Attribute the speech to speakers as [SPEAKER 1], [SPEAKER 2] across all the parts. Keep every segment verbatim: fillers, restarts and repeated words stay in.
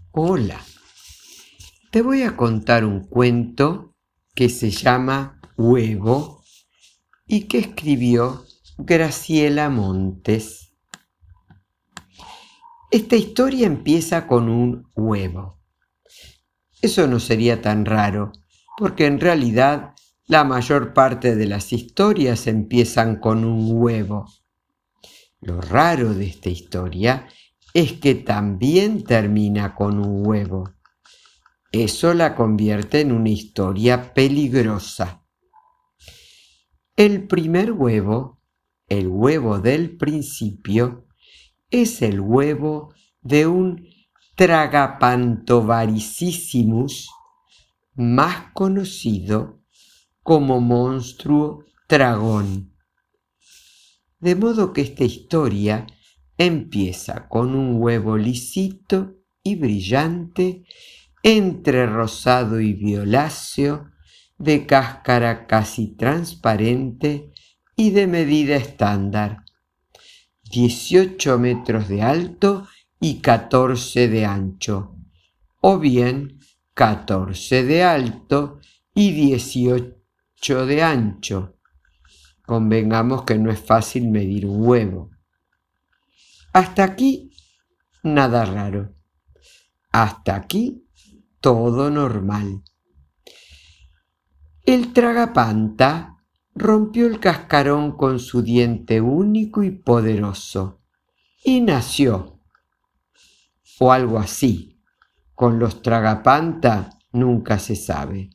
[SPEAKER 1] Hola, te voy a contar un cuento que se llama Huevo y que escribió Graciela Montes. Esta historia empieza con un huevo. Eso no sería tan raro, porque en realidad la mayor parte de las historias empiezan con un huevo. Lo raro de esta historia es que también termina con un huevo. Eso la convierte en una historia peligrosa. El primer huevo, el huevo del principio, es el huevo de un Tragapantovaricissimus, más conocido como monstruo dragón. De modo que esta historia empieza con un huevo lisito y brillante, entre rosado y violáceo, de cáscara casi transparente y de medida estándar, dieciocho metros de alto y catorce de ancho, o bien catorce de alto y dieciocho de ancho. Convengamos que no es fácil medir un huevo. Hasta aquí, nada raro. Hasta aquí, todo normal. El tragapanta rompió el cascarón con su diente único y poderoso y nació, o algo así. Con los tragapanta nunca se sabe.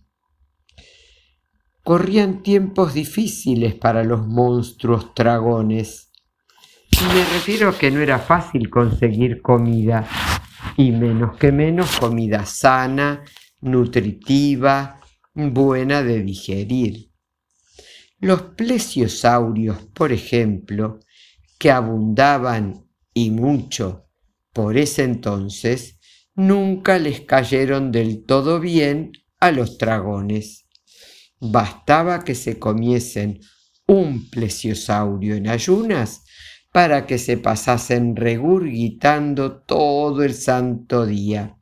[SPEAKER 1] Corrían tiempos difíciles para los monstruos dragones. Me refiero a que no era fácil conseguir comida, y menos que menos comida sana, nutritiva, buena de digerir. Los plesiosaurios, por ejemplo, que abundaban y mucho por ese entonces, nunca les cayeron del todo bien a los dragones. Bastaba que se comiesen un plesiosaurio en ayunas para que se pasasen regurgitando todo el santo día.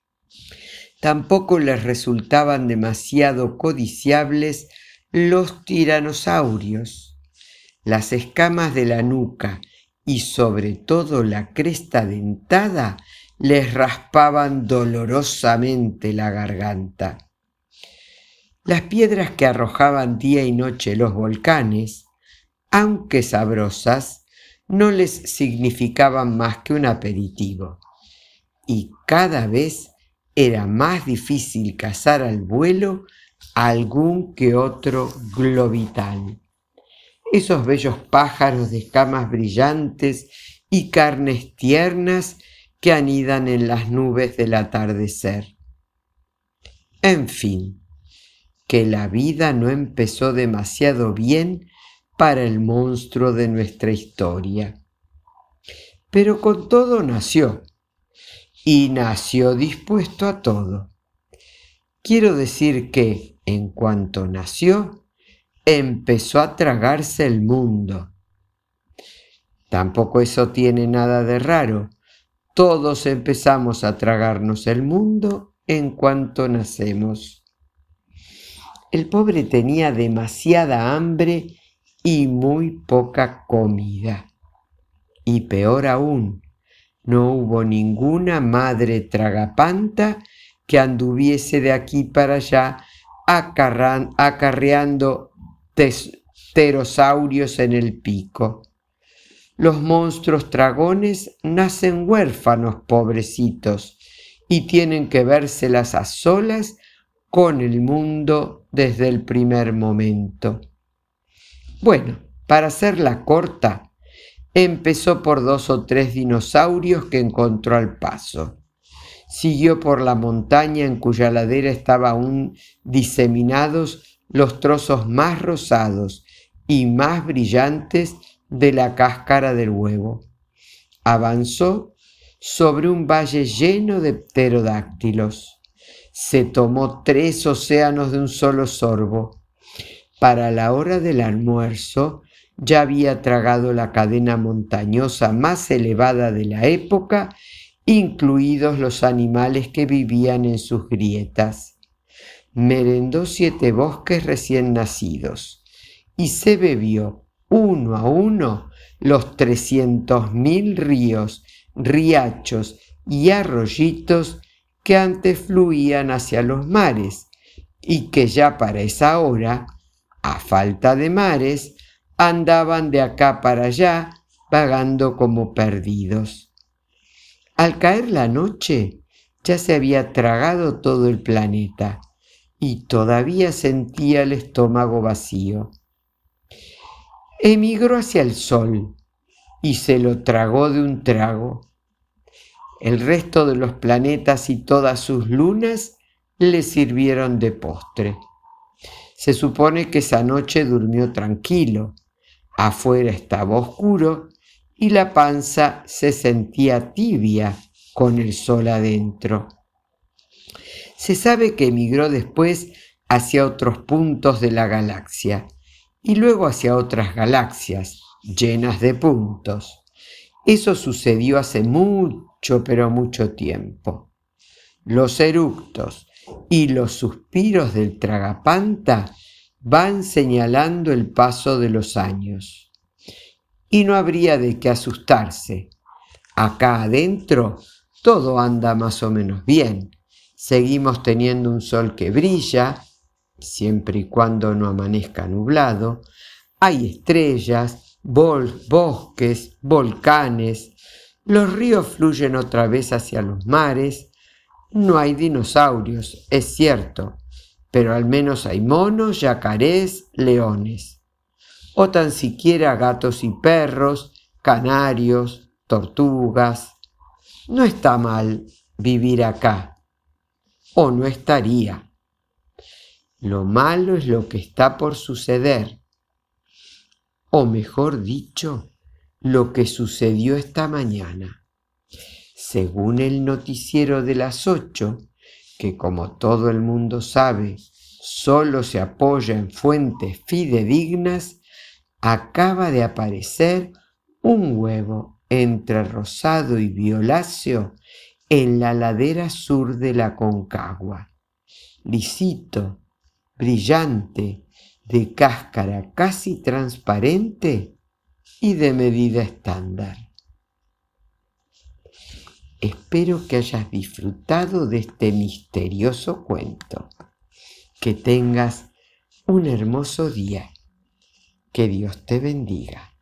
[SPEAKER 1] Tampoco les resultaban demasiado codiciables los tiranosaurios. Las escamas de la nuca y sobre todo la cresta dentada les raspaban dolorosamente la garganta. Las piedras que arrojaban día y noche los volcanes, aunque sabrosas, no les significaban más que un aperitivo, y cada vez era más difícil cazar al vuelo algún que otro globital. Esos bellos pájaros de escamas brillantes y carnes tiernas que anidan en las nubes del atardecer. En fin, que la vida no empezó demasiado bien para el monstruo de nuestra historia. Pero con todo nació, y nació dispuesto a todo. Quiero decir que, en cuanto nació, empezó a tragarse el mundo. Tampoco eso tiene nada de raro. Todos empezamos a tragarnos el mundo en cuanto nacemos. El pobre tenía demasiada hambre y muy poca comida. Y peor aún, no hubo ninguna madre tragapanta que anduviese de aquí para allá acarran, acarreando tes, pterosaurios en el pico. Los monstruos dragones nacen huérfanos, pobrecitos, y tienen que vérselas a solas con el mundo desde el primer momento. Bueno, para hacerla corta, empezó por dos o tres dinosaurios que encontró al paso. Siguió por la montaña en cuya ladera estaban aún diseminados los trozos más rosados y más brillantes de la cáscara del huevo. Avanzó sobre un valle lleno de pterodáctilos. Se tomó tres océanos de un solo sorbo. Para la hora del almuerzo ya había tragado la cadena montañosa más elevada de la época incluidos los animales que vivían en sus grietas. Merendó siete bosques recién nacidos y se bebió uno a uno los trescientos mil ríos, riachos y arroyitos que antes fluían hacia los mares y que ya para esa hora, a falta de mares, andaban de acá para allá vagando como perdidos. Al caer la noche ya se había tragado todo el planeta y todavía sentía el estómago vacío. Emigró hacia el sol y se lo tragó de un trago. El resto de los planetas y todas sus lunas le sirvieron de postre. Se supone que esa noche durmió tranquilo. Afuera estaba oscuro y la panza se sentía tibia con el sol adentro. Se sabe que emigró después hacia otros puntos de la galaxia y luego hacia otras galaxias llenas de puntos. Eso sucedió hace mucho, pero mucho tiempo. Los eructos y los suspiros del tragapanta van señalando el paso de los años. Y no habría de qué asustarse. Acá adentro todo anda más o menos bien. Seguimos teniendo un sol que brilla, siempre y cuando no amanezca nublado. Hay estrellas, bol- bosques, volcanes. Los ríos fluyen otra vez hacia los mares. No hay dinosaurios, es cierto, pero al menos hay monos, yacarés, leones. O tan siquiera gatos y perros, canarios, tortugas. No está mal vivir acá, o no estaría. Lo malo es lo que está por suceder, o mejor dicho, lo que sucedió esta mañana. Según el noticiero de las ocho, que como todo el mundo sabe, solo se apoya en fuentes fidedignas, acaba de aparecer un huevo entre rosado y violáceo en la ladera sur de la Concagua. Lisito, brillante, de cáscara casi transparente y de medida estándar. Espero que hayas disfrutado de este misterioso cuento. Que tengas un hermoso día. Que Dios te bendiga.